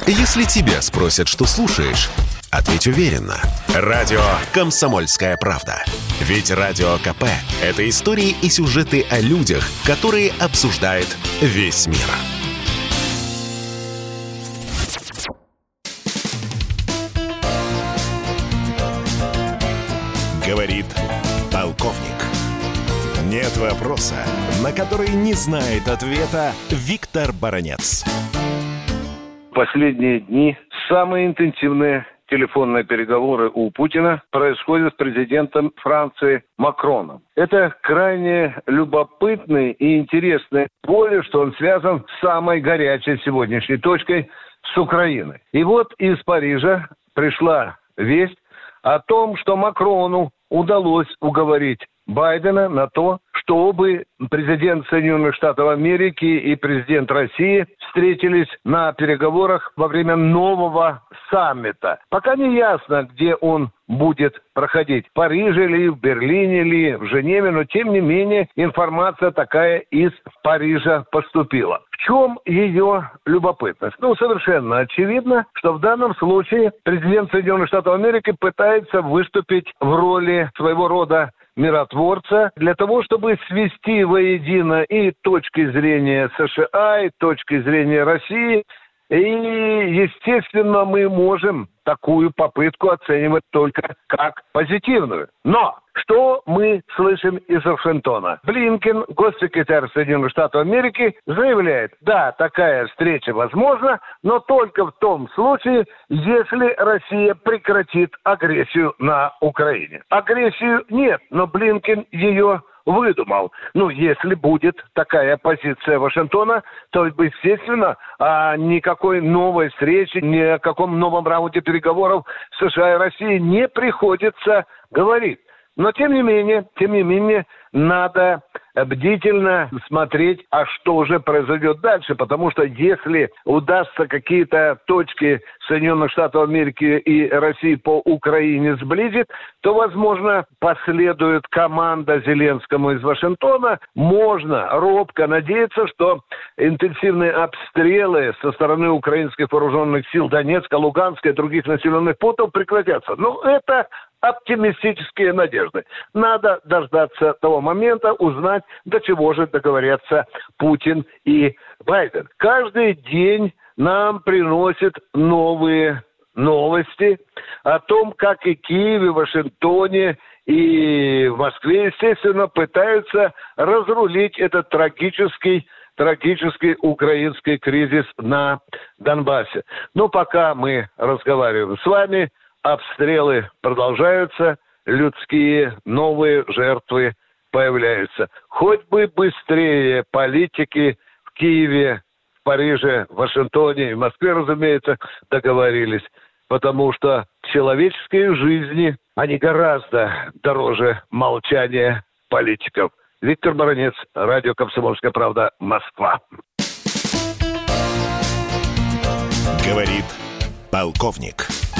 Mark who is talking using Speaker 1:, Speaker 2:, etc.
Speaker 1: Если тебя спросят, что слушаешь, ответь уверенно. Радио «Комсомольская правда». Ведь Радио КП – это истории и сюжеты о людях, которые обсуждает весь мир. Говорит полковник. Нет вопроса, на который не знает ответа Виктор Баранец.
Speaker 2: Последние дни самые интенсивные телефонные переговоры у Путина происходят с президентом Франции Макроном. Это крайне любопытный и интересный, более что он связан с самой горячей сегодняшней точкой, с Украиной. И вот из Парижа пришла весть о том, что Макрону удалось уговорить Байдена на то, чтобы президент Соединенных Штатов Америки и президент России встретились на переговорах во время нового саммита. Пока не ясно, где он будет проходить. В Париже ли, в Берлине ли, в Женеве, но тем не менее информация такая из Парижа поступила. В чем ее любопытность? Совершенно очевидно, что в данном случае президент Соединенных Штатов Америки пытается выступить в роли своего рода миротворца для того, чтобы свести воедино и точки зрения США, и точки зрения России. И, естественно, мы можем такую попытку оценивать только как позитивную. Но что мы слышим из Вашингтона? Блинкен, госсекретарь Соединенных Штатов Америки, заявляет, да, такая встреча возможна, но только в том случае, если Россия прекратит агрессию на Украине. Агрессию нет, но Блинкен ее выдумал. Если будет такая позиция Вашингтона, то, естественно, о никакой новой встрече, ни о каком новом раунде переговоров США и России не приходится говорить. Но, тем не менее, надо бдительно смотреть, а что же произойдет дальше. Потому что если удастся какие-то точки Соединенных Штатов Америки и России по Украине сблизить, то, возможно, последует команда Зеленскому из Вашингтона. Можно робко надеяться, что интенсивные обстрелы со стороны украинских вооруженных сил Донецка, Луганска и других населенных пунктов прекратятся. Это оптимистические надежды. Надо дождаться того момента, узнать, до чего же договорятся Путин и Байден. Каждый день нам приносят новые новости о том, как и Киеве, Вашингтоне и в Москве, естественно, пытаются разрулить этот трагический украинский кризис на Донбассе. Пока мы разговариваем с вами, обстрелы продолжаются, людские новые жертвы появляются. Хоть бы быстрее политики в Киеве, в Париже, в Вашингтоне и в Москве, разумеется, договорились. Потому что человеческие жизни, они гораздо дороже молчания политиков. Виктор Баранец, радио «Комсомольская правда», Москва.
Speaker 1: Говорит полковник.